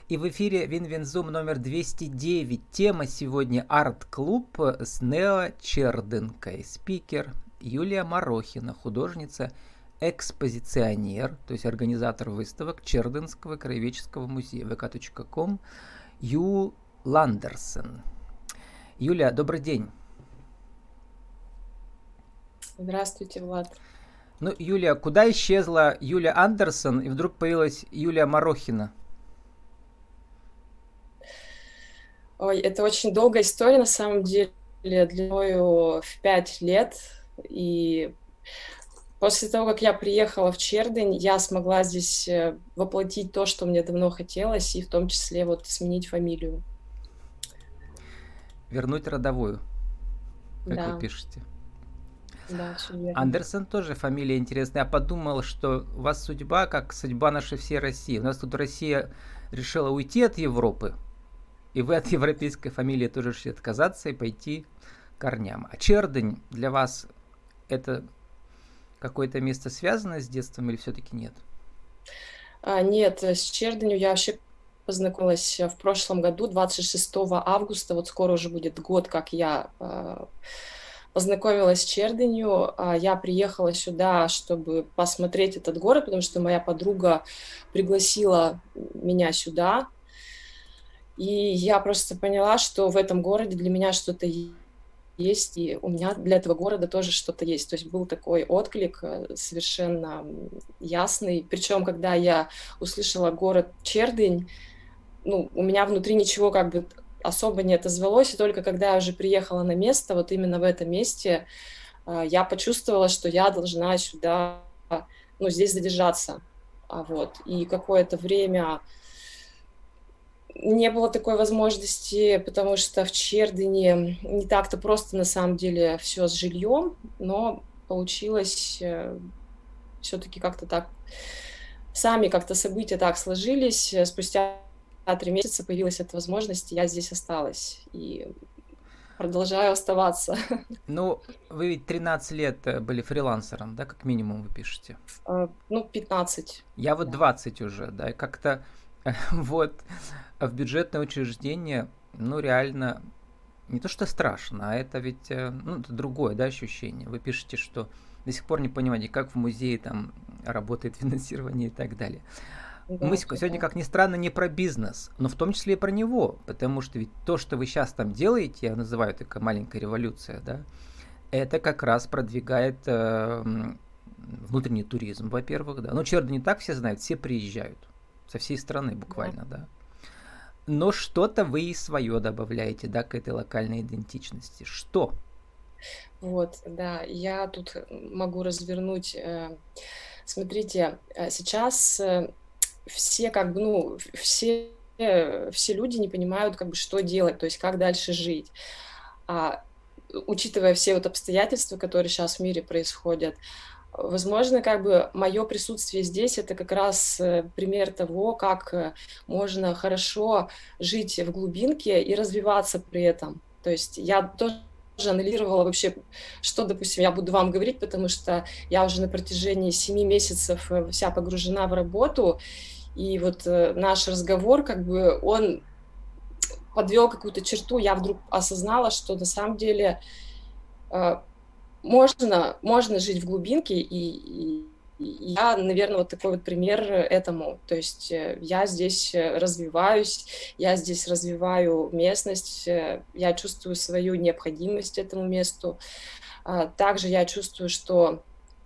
И в эфире Винвинзум номер 209. Тема сегодня арт-клуб с Нео Чердынкой. Спикер Юлия Марохина, художница, экспозиционер, то есть организатор выставок Чердынского краеведческого музея vk.com Ю Ландерсен. Юля, добрый день. Здравствуйте, Влад. Ну, Юлия, куда исчезла Юля Андерсон и вдруг появилась Юлия Марохина? Ой, это очень долгая история, на самом деле, длиною в 5 лет. И после того, как я приехала в Чердынь, я смогла здесь воплотить то, что мне давно хотелось, и в том числе вот сменить фамилию. Вернуть родовую, как вы Да, пишете. да, все верно. Андерсон тоже фамилия интересная. Я подумал, что у вас судьба, как судьба нашей всей России. У нас тут Россия решила уйти от Европы, и вы от европейской фамилии тоже решили отказаться и пойти к корням. А Чердынь для вас это какое-то место связано с детством или все-таки нет? Нет, с Чердынью я вообще познакомилась в прошлом году, 26 августа, вот скоро уже будет год, как я познакомилась с Чердынью. Я приехала сюда, чтобы посмотреть этот город, потому что моя подруга пригласила меня сюда. И я просто поняла, что в этом городе для меня что-то есть, и у меня для этого города тоже что-то есть. То есть был такой отклик совершенно ясный. Причем, когда я услышала город Чердынь, ну, у меня внутри ничего как бы особо не отозвалось, и только когда я уже приехала на место, вот именно в этом месте, я почувствовала, что я должна сюда, ну, здесь задержаться. Вот. И какое-то время не было такой возможности, потому что в Чердыне не так-то просто на самом деле все с жильем, но получилось все-таки как-то так, сами как-то события так сложились. Спустя 3 месяца появилась эта возможность, и я здесь осталась и продолжаю оставаться. Ну, вы ведь 13 лет были фрилансером, да, как минимум вы пишете. Ну, 15. Я вот Да. 20 уже, да, и как-то вот в бюджетное учреждение, ну, реально не то что страшно, а это ведь, ну, это другое, да, ощущение. Вы пишете, что до сих пор не понимаете, как в музее там работает финансирование и так далее. Мы Да, все сегодня, так. как ни странно, не про бизнес, но в том числе и про него, потому что ведь то, что вы сейчас там делаете, я называю это такая маленькая революция, да, это как раз продвигает внутренний туризм, во-первых, да. Ну, Чердо не так все знают, все приезжают со всей страны Да. буквально, да. Но что-то вы и свое добавляете, да, к этой локальной идентичности. Что? Вот, да, я тут могу развернуть. Смотрите, сейчас все как бы, ну, все люди не понимают, как бы, что делать, то есть как дальше жить. А учитывая все вот обстоятельства, которые сейчас в мире происходят, возможно, как бы мое присутствие здесь это как раз пример того, как можно хорошо жить в глубинке и развиваться при этом. То есть я тоже анализировала вообще, что, допустим, я буду вам говорить, потому что я уже на протяжении 7 месяцев вся погружена в работу, и вот наш разговор, как бы, он подвел какую-то черту, я вдруг осознала, что на самом деле э, можно жить в глубинке, и я, наверное, вот такой вот пример этому. То есть я здесь развиваюсь, я здесь развиваю местность, я чувствую свою необходимость этому месту. Также я чувствую, что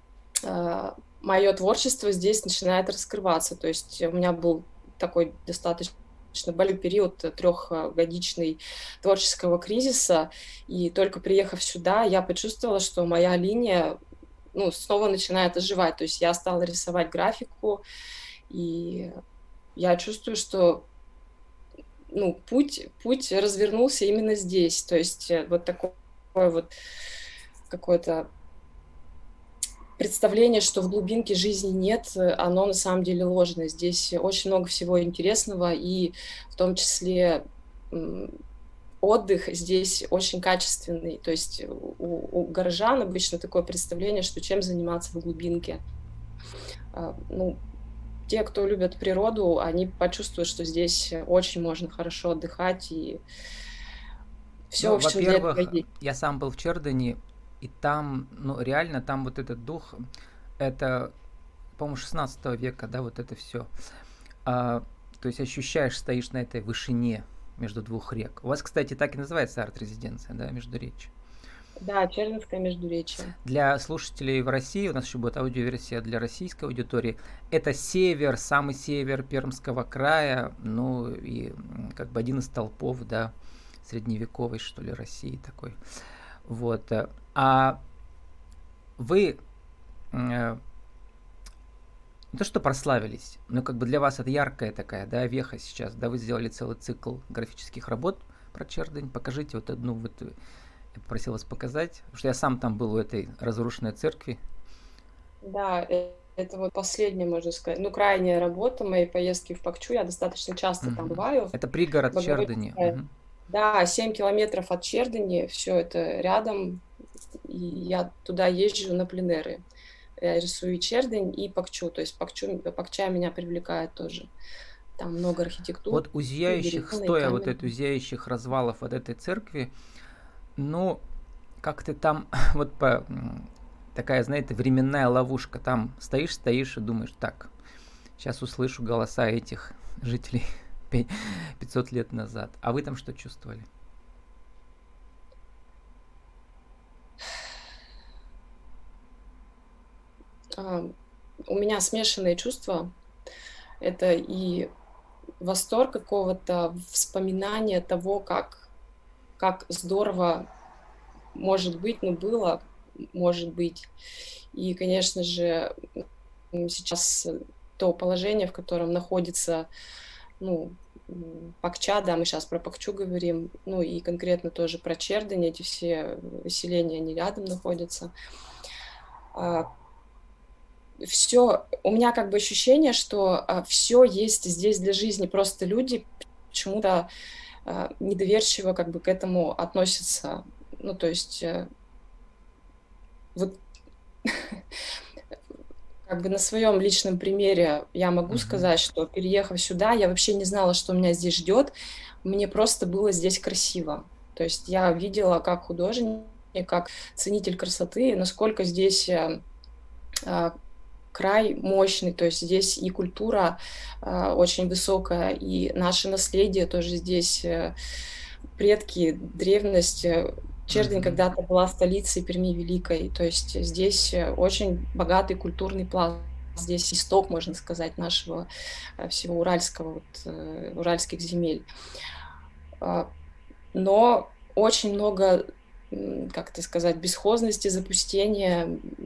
мое творчество здесь начинает раскрываться. То есть у меня был такой достаточно большой период трехгодичный творческого кризиса, и только приехав сюда, я почувствовала, что моя линия, ну, снова начинает оживать. То есть я стала рисовать графику, и я чувствую, что, ну, путь развернулся именно здесь. То есть вот такое вот какое-то представление, что в глубинке жизни нет, оно на самом деле ложное. Здесь очень много всего интересного, и в том числе отдых здесь очень качественный. То есть у горожан обычно такое представление, что чем заниматься в глубинке. Ну, те, кто любят природу, они почувствуют, что здесь очень можно хорошо отдыхать, и все, в Ну, общем, для этого во-первых, есть. я сам был в Чердане, и там, ну, реально, там вот этот дух, это, по-моему, 16 века, да, вот это все. А, то есть ощущаешь, стоишь на этой вышине между двух рек. У вас, кстати, так и называется арт-резиденция, да, Междуречье. Да, Чердынское междуречие. Для слушателей в России, у нас еще будет аудиоверсия для российской аудитории, это север, самый север Пермского края, ну и как бы один из столпов, да, средневековой, что ли, России такой. Вот. А вы не то что прославились, но как бы для вас это яркая такая, да, веха сейчас, да, вы сделали целый цикл графических работ про Чердынь. Покажите вот одну, вот я попросил вас показать, потому что я сам там был у этой разрушенной церкви. Да, это вот последняя, можно сказать, ну, крайняя работа моей поездки в Пакчу. Я достаточно часто там Мгм. бываю. Это пригород Чердыни. Богородицкая. Мгм. Да, 7 километров от Чердыни, все это рядом. И я туда езжу на пленеры. Я рисую и Чердынь, и Пакчу. То есть Пакча меня привлекает тоже. Там много архитектуры, Вот у зияющих, деревянной, стоя вот это, у каменной. зияющих развалов от этой церкви, ну, как-то там вот такая, знаете, временная ловушка. Там стоишь и думаешь, так, сейчас услышу голоса этих жителей 500 лет назад. А вы там что чувствовали? А, У меня смешанные чувства. Это и восторг какого-то, вспоминание того, как здорово может быть, ну, было, может быть. И, конечно же, сейчас то положение, в котором находится, ну, Пакча, да, мы сейчас про Пакчу говорим, ну и конкретно тоже про Чердынь, эти все селения, они рядом находятся. Все, у меня как бы ощущение, что все есть здесь для жизни, просто люди почему-то недоверчиво как бы к этому относятся. Ну, то есть вот как бы на своем личном примере я могу Мгм. сказать, что переехав сюда, я вообще не знала, что меня здесь ждет. Мне просто было здесь красиво. То есть я видела как художник, как ценитель красоты, насколько здесь а, край мощный. То есть здесь и культура очень высокая, и наше наследие тоже здесь, предки, древность. Чердень Мгм. когда-то была столицей Перми Великой, то есть здесь очень богатый культурный пласт. Здесь исток, можно сказать, нашего всего уральского, вот, уральских земель. А, Но очень много, как это сказать, бесхозности, запустения.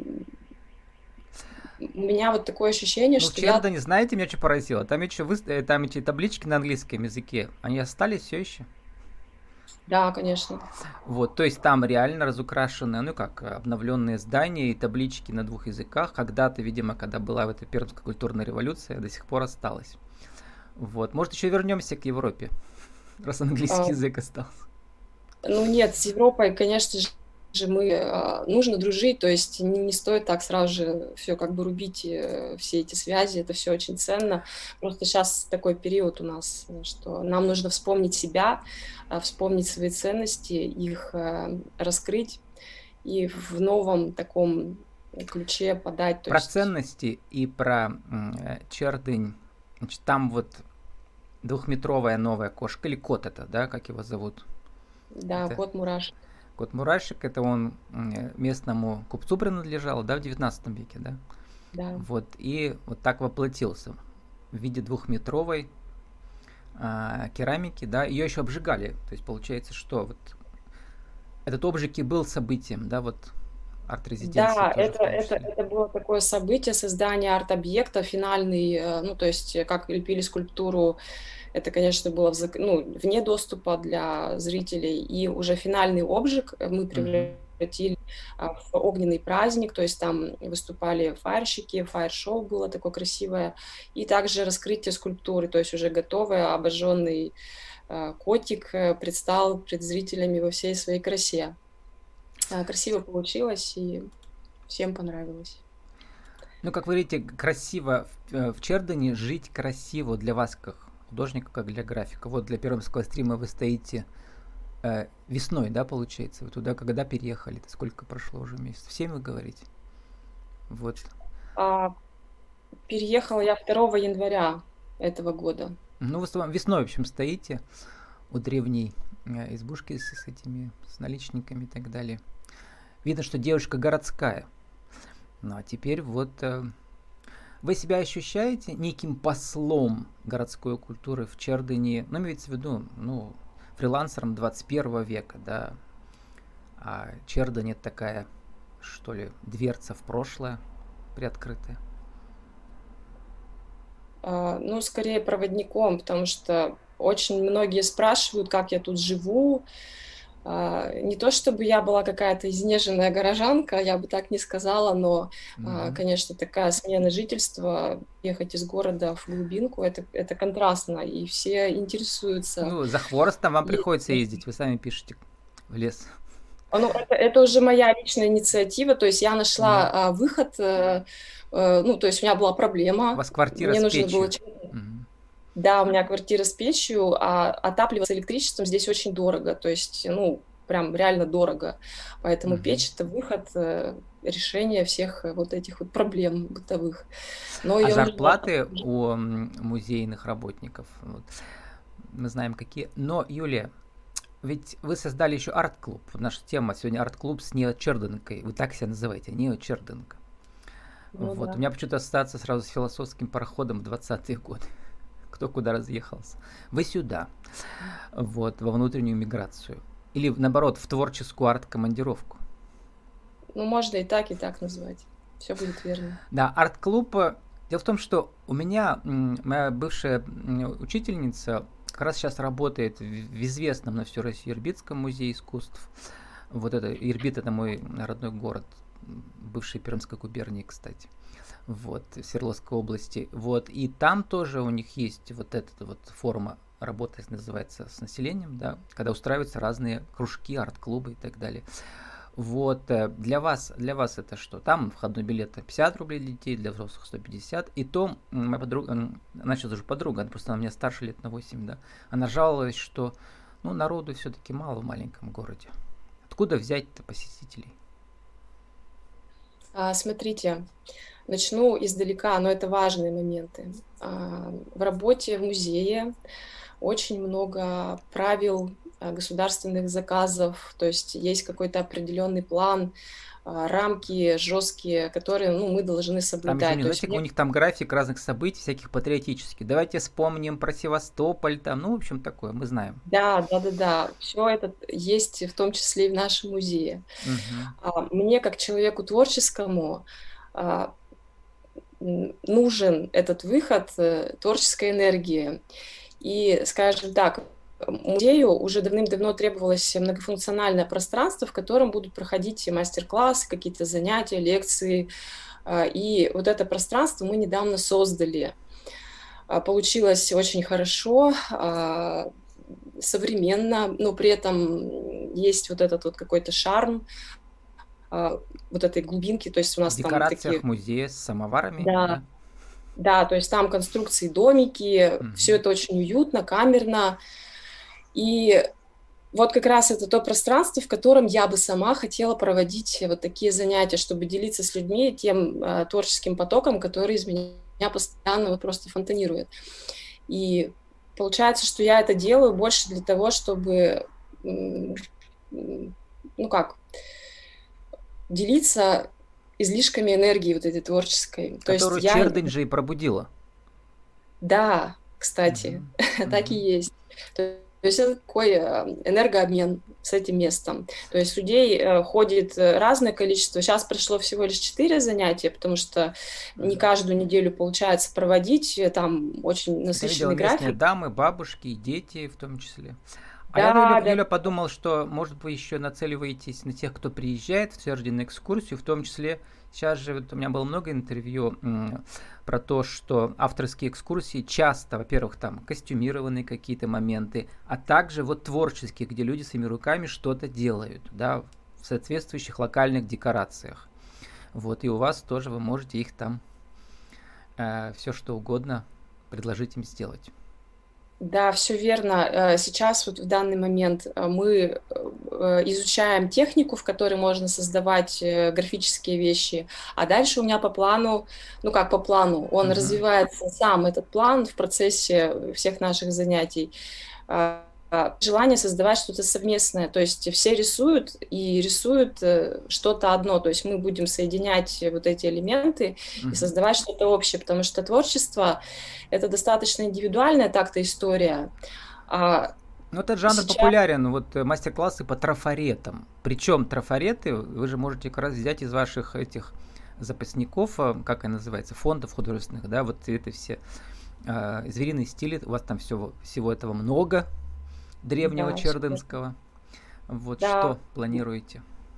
У меня вот такое ощущение, Ну, в что я... Чердане, знаете, меня что поразило? Там еще там эти таблички на английском языке, они остались все еще? Да, конечно. Вот, то есть там реально разукрашены, ну как, обновленные здания и таблички на двух языках. Когда-то, видимо, когда была в этой Пермская культурная революция, до сих пор осталось. Вот, может, еще вернемся к Европе, раз английский А, язык остался. Ну нет, с Европой, конечно же, нужно дружить, то есть не стоит так сразу же все как бы рубить, все эти связи, это все очень ценно. Просто сейчас такой период у нас, что нам нужно вспомнить себя, вспомнить свои ценности, их раскрыть и в новом таком ключе подать. То Про есть, ценности и про Чердынь. Значит, там вот двухметровая новая кошка, или кот это, да, как его зовут? да, Это кот Мураш, кот Мурашек, это он местному купцу принадлежал, да, в 19 веке, да? да. Вот, и вот так воплотился в виде двухметровой керамики, да, ее еще обжигали. То есть получается, что вот этот обжиг и был событием, да, вот арт-резиденции Да, тоже в том числе. это было такое событие создания арт-объекта, финальный, ну, то есть, как лепили скульптуру, это, конечно, было ну, вне доступа для зрителей, и уже финальный обжиг мы Мгм. превратили в огненный праздник, то есть там выступали фаерщики, фаер-шоу было такое красивое, и также раскрытие скульптуры, то есть уже готовый, обожженный котик предстал пред зрителями во всей своей красе. Красиво получилось, и всем понравилось. Ну, как вы говорите, красиво в Чердене жить красиво для вас, как художника, как для графика. Вот для пермского стрима вы стоите весной, да, получается? Вы туда когда переехали? Сколько прошло уже месяцев? 7 вы говорите? Вот. Переехала я 2 января этого года. Ну, в основном весной, в общем, стоите у древней избушки с этими, с наличниками и так далее. Видно, что девушка городская. Ну, а теперь вот вы себя ощущаете неким послом городской культуры в Чердене? Ну, имеется в виду, ну, фрилансером 21 века, да. А Черден это такая, что ли, дверца в прошлое приоткрытая. Ну, скорее проводником, потому что очень многие спрашивают, как я тут живу. Не то чтобы я была какая-то изнеженная горожанка, я бы так не сказала, но, конечно, такая смена жительства, ехать из города в глубинку, это контрастно, и все интересуются. Ну, за хворостом вам И, приходится ездить, вы сами пишете в лес. ну, это уже моя личная инициатива, то есть я нашла выход, ну, то есть у меня была У проблема, вас квартира мне с нужно было... печью. Мгм. Да, у меня квартира с печью, а отапливаться электричеством здесь очень дорого, то есть, ну, прям реально дорого. Поэтому Мгм. печь — это выход, решение всех вот этих вот проблем бытовых. Но А ее нужно... зарплаты у музейных работников, вот, мы знаем какие. Но, Юлия, ведь вы создали еще арт-клуб. Наша тема сегодня арт-клуб с Нео Черденкой. Вы так себя называете, Нео Черденка. Ну Вот. У да. меня почему-то ассоциация сразу с философским пароходом в 20-е годы. Кто куда разъехался. Вы сюда. Вот, во внутреннюю миграцию. Или, наоборот, в творческую арт-командировку. Ну, можно и так назвать. Все будет верно. Да, арт-клуб. Дело в том, что у меня моя бывшая учительница как раз сейчас работает в известном на всю Россию Ирбитском музее искусств. Вот это Ирбит — это мой родной город, бывшей Пермской губернии, кстати. Вот, Свердловской области. Вот, и там тоже у них есть вот эта вот форма работы, называется, с населением, да, когда устраиваются разные кружки, арт-клубы и так далее. Вот, для вас это что? Там входной билет 50 рублей для детей, для взрослых 150. И то моя подруга, она сейчас уже подруга, она просто на меня старше лет на 8, да, она жаловалась, что, ну, народу все-таки мало в маленьком городе. Откуда взять-то посетителей? Смотрите, начну издалека, но это важные моменты. В работе в музее очень много правил, государственных заказов, то есть есть какой-то определенный план, рамки жесткие, которые, ну, мы должны Там еще соблюдать. не То есть знаете, у них там график разных событий, всяких патриотических. Давайте вспомним про Севастополь, там, ну, в общем, такое, мы знаем. да, все это есть, в том числе и в нашем музее. Мгм. Мне, как человеку творческому, а, нужен этот выход творческой энергии. И, скажем так, музею уже давным-давно требовалось многофункциональное пространство, в котором будут проходить мастер-классы, какие-то занятия, лекции. И вот это пространство мы недавно создали. Получилось очень хорошо, современно, но при этом есть вот этот вот какой-то шарм вот этой глубинки. То есть у В нас там декорациях такие... музея с самоварами, Да, да? да, то есть там конструкции, домики, все Мгм. это очень уютно, камерно. И вот как раз это то пространство, в котором я бы сама хотела проводить вот такие занятия, чтобы делиться с людьми тем творческим потоком, который из меня постоянно вот просто фонтанирует. И получается, что я это делаю больше для того, чтобы, ну как, делиться излишками энергии вот этой творческой. То есть Которую я... Чердынь же и пробудила. Да, кстати, Мгм. так и Мгм. есть. То есть это такой энергообмен с этим местом. То есть людей ходит разное количество. Сейчас пришло всего лишь 4 занятия, потому что не Мгм. каждую неделю получается проводить. Там очень Я видела насыщенный местные график. дамы, бабушки и дети в том числе. А я, Да, да, Юля, подумал, что, может, вы еще нацеливаетесь на тех, кто приезжает в Чердень на экскурсию, в том числе, сейчас же вот у меня было много интервью про то, что авторские экскурсии часто, во-первых, там костюмированные какие-то моменты, а также вот творческие, где люди своими руками что-то делают, да, в соответствующих локальных декорациях. Вот, и у вас тоже вы можете их там все что угодно предложить им сделать. Да, все верно. Сейчас вот в данный момент мы изучаем технику, в которой можно создавать графические вещи, а дальше у меня по плану, ну как по плану, он Мгм. развивается сам, этот план, в процессе всех наших занятий. Желание создавать что-то совместное, то есть все рисуют и рисуют что-то одно, то есть мы будем соединять вот эти элементы и Мгм. создавать что-то общее, потому что творчество это достаточно индивидуальная так-то история. А Ну, этот жанр сейчас, популярен, вот мастер-классы по трафаретам. Причем трафареты вы же можете как раз взять из ваших этих запасников, как они называются, фондов художественных, да, вот это все звериные стили, у вас там всего этого много, древнего да, всё верно. чердынского. Вот Да. что планируете?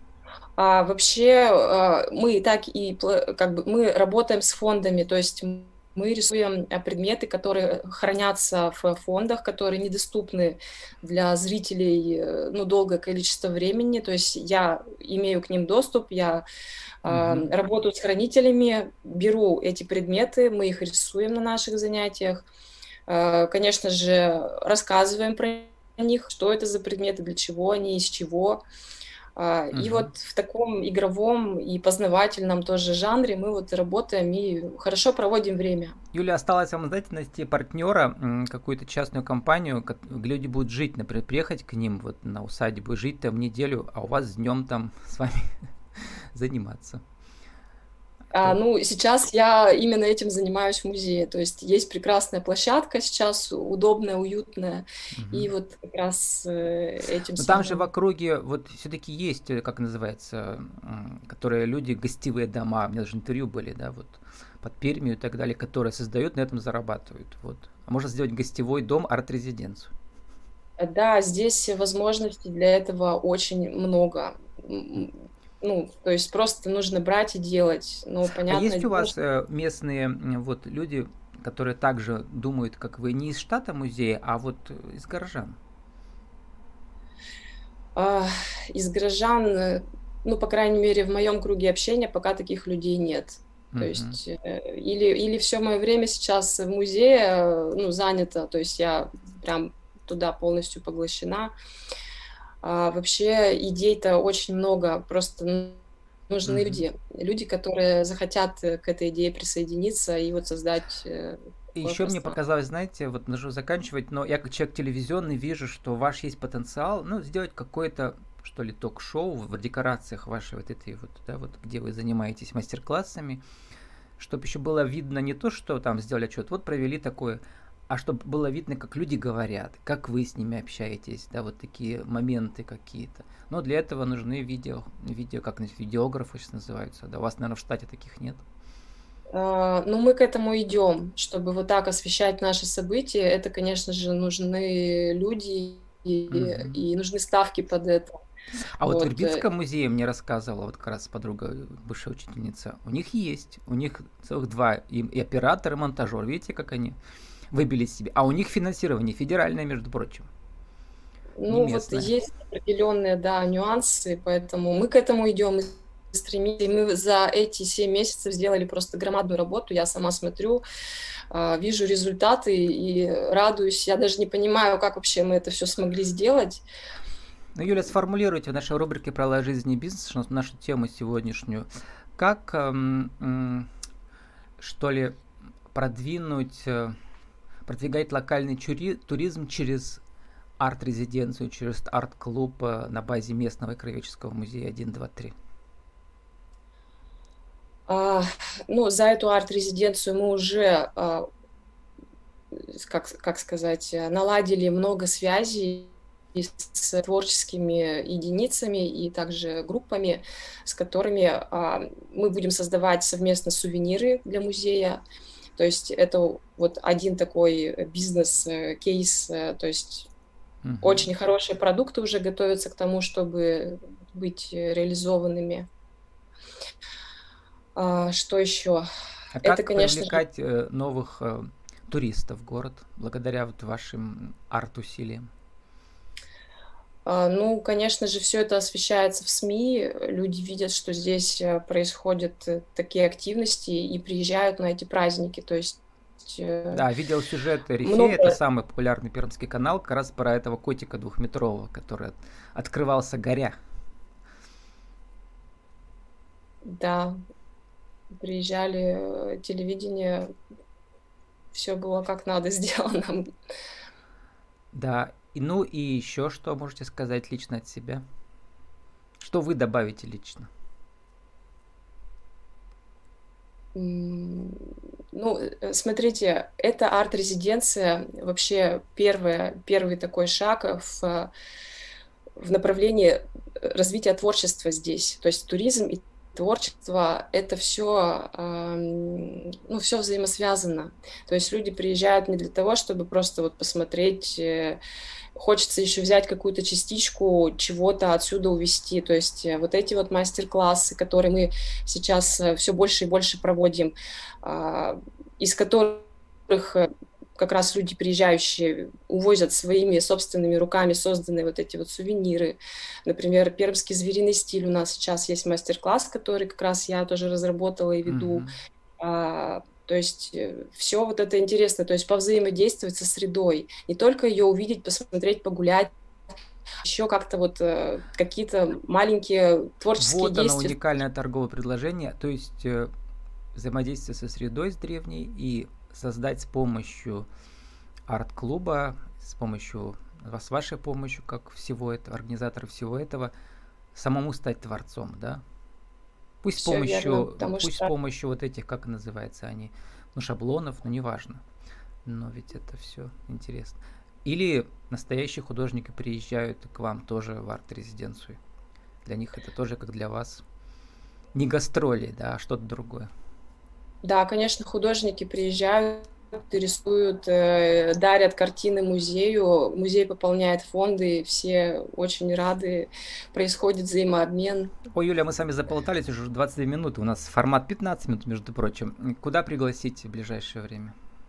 Вообще, мы так и как бы мы работаем с фондами, то есть мы рисуем предметы, которые хранятся в фондах, которые недоступны для зрителей ну, долгое количество времени. То есть я имею к ним доступ, я Мгм. работаю с хранителями, беру эти предметы, мы их рисуем на наших занятиях. Конечно же, рассказываем про них, что это за предметы, для чего они, из чего. И Мгм. вот в таком игровом и познавательном тоже жанре мы вот работаем и хорошо проводим время. Юля, осталось вам, знаете, найти партнера, какую-то частную компанию, где люди будут жить, например, приехать к ним вот на усадьбу и жить там неделю, а у вас днем там с вами заниматься. Это... Ну, сейчас я именно этим занимаюсь в музее. То есть есть прекрасная площадка сейчас, удобная, уютная, и Мгм. вот как раз этим Но там же в самым. округе вот все-таки есть, как называется, которые люди, гостевые дома, у меня даже интервью были, да, вот под Пермью и так далее, которые создают, на этом зарабатывают. Вот. А можно сделать гостевой дом, арт-резиденцию. Да, здесь возможностей для этого очень много. Ну, то есть просто нужно брать и делать. Ну, А понятное есть у дело, вас что местные вот люди, которые также думают, как вы, не из штата музея, а вот из горожан? а, из горожан, ну, по крайней мере, в моем круге общения пока таких людей нет. То Мгм. есть или все мое время сейчас в музее, ну, занято, то есть я прям туда полностью поглощена. Вообще идей-то очень много, просто нужны Мгм. люди, которые захотят к этой идее присоединиться и вот создать И такое еще мне пространство. показалось, знаете, вот нужно заканчивать, но я как человек телевизионный вижу, что ваш есть потенциал, ну, сделать какое-то, что ли, ток-шоу в декорациях вашей вот этой вот, да, вот где вы занимаетесь мастер-классами, чтобы еще было видно не то, что там сделали отчет, вот провели такое, а чтобы было видно, как люди говорят, как вы с ними общаетесь, да, вот такие моменты какие-то. Но для этого нужны видео, как видеографы сейчас называются, да, у вас, наверное, в штате таких нет. Ну, мы к этому идем, чтобы вот так освещать наши события. Это, конечно же, нужны люди Мгм. и нужны ставки под это. А вот в Вот. Ирбитском музее мне рассказывала вот как раз подруга, бывшая учительница, у них есть, у них целых два, и оператор, и монтажер, видите, как они выбили себе. А у них финансирование федеральное, между прочим, не Ну, вот местное. есть определенные, да, нюансы, поэтому мы к этому идем и стремимся. И мы за эти 7 месяцев сделали просто громадную работу. Я сама смотрю, вижу результаты и радуюсь. Я даже не понимаю, как вообще мы это все смогли сделать. Ну, Юля, сформулируйте в нашей рубрике «Правила жизни и бизнеса» нашу тему сегодняшнюю. Как, что ли, продвинуть, продвигать локальный туризм через арт-резиденцию, через арт-клуб на базе местного краеведческого музея 1, 2, 3. А, ну, за эту арт-резиденцию мы уже, как сказать, наладили много связей и с творческими единицами и также группами, с которыми мы будем создавать совместно сувениры для музея. То есть это вот один такой бизнес-кейс, то есть Мгм. очень хорошие продукты уже готовятся к тому, чтобы быть реализованными. Что еще? А Это, как конечно же, привлекать новых туристов в город благодаря вот вашим арт-усилиям? Ну, конечно же, все это освещается в СМИ. Люди видят, что здесь происходят такие активности и приезжают на эти праздники. То есть Да, видел сюжет Рифея, это много, самый популярный пермский канал, как раз про этого котика двухметрового, который открывался горя. да, приезжали телевидение, все было как надо сделано. Да, ну и еще что можете сказать лично от себя? Что вы добавите лично? Ну, смотрите, эта арт-резиденция вообще первый такой шаг в направлении развития творчества здесь. То есть туризм и творчество — это все, ну, все взаимосвязано. То есть люди приезжают не для того, чтобы просто вот посмотреть, хочется еще взять какую-то частичку чего-то отсюда увезти. То есть вот эти вот мастер-классы, которые мы сейчас все больше и больше проводим, из которых как раз люди, приезжающие, увозят своими собственными руками созданные вот эти вот сувениры. Например, пермский звериный стиль. У нас сейчас есть мастер-класс, который как раз я тоже разработала и веду. Мгм. То есть все вот это интересно, то есть повзаимодействовать со средой, не только ее увидеть, посмотреть, погулять, еще как-то вот какие-то маленькие творческие Вот оно, действия. уникальное торговое предложение, то есть взаимодействие со средой с древней и создать с помощью арт-клуба, с помощью, с вашей помощью, как всего этого, организатора всего этого, самому стать творцом, да? Все верно, потому Пусть с что помощью вот этих, как называется они, ну, шаблонов, ну, неважно. Но ведь это все интересно. Или настоящие художники приезжают к вам тоже в арт-резиденцию. Для них это тоже, как для вас, не гастроли, да, а что-то другое. да, конечно, художники приезжают и рисуют, дарят картины музею, музей пополняет фонды, все очень рады, происходит взаимообмен. Ой, Юля, мы с вами заполтались уже 22 минуты. У нас формат 15 минут, между прочим. Куда пригласить в ближайшее время?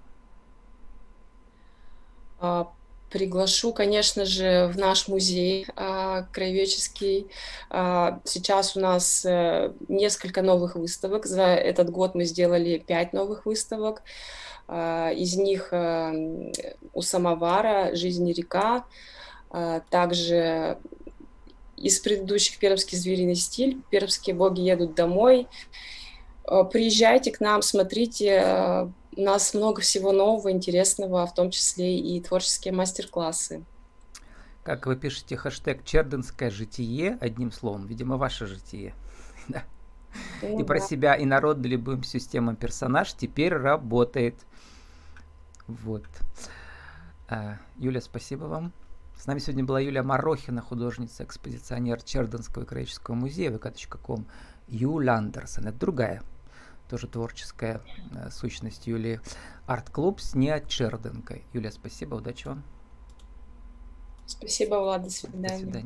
А, Приглашу, конечно же, в наш музей краеведческий. Сейчас у нас несколько новых выставок. За этот год мы сделали 5 новых выставок. Из них у самовара «Жизнь и река». Также из предыдущих «Пермский звериный стиль», «Пермские боги едут домой». Приезжайте к нам, смотрите, у нас много всего нового, интересного, в том числе и творческие мастер-классы. Как вы пишете хэштег «Чердынское житие», одним словом, видимо, ваше житие. Да. И Ну про да, себя, и народ любым системам персонаж теперь работает. Вот. Юля, спасибо вам. С нами сегодня была Юлия Марохина, художница, экспозиционер Чердынского краеведческого музея, vk.com. Юля Андерсон. Это другая, тоже творческая сущность Юлии. Арт-клуб с Чердынкой. Юля, спасибо, удачи вам. спасибо, Влад, до До свидания. свидания.